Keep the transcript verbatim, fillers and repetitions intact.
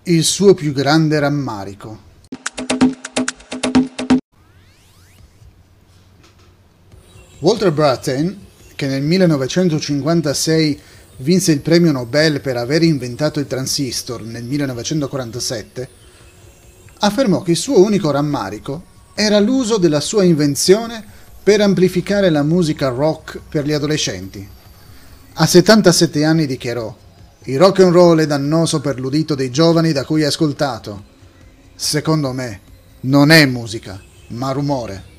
Il suo più grande rammarico. Walter Brattain, che nel millenovecentocinquantasei vinse il premio Nobel per aver inventato il transistor nel millenovecentoquarantasette, affermò che il suo unico rammarico era l'uso della sua invenzione per amplificare la musica rock per gli adolescenti. A settantasette anni dichiarò: «Il rock and roll è dannoso per l'udito dei giovani da cui è ascoltato. Secondo me non è musica, ma rumore».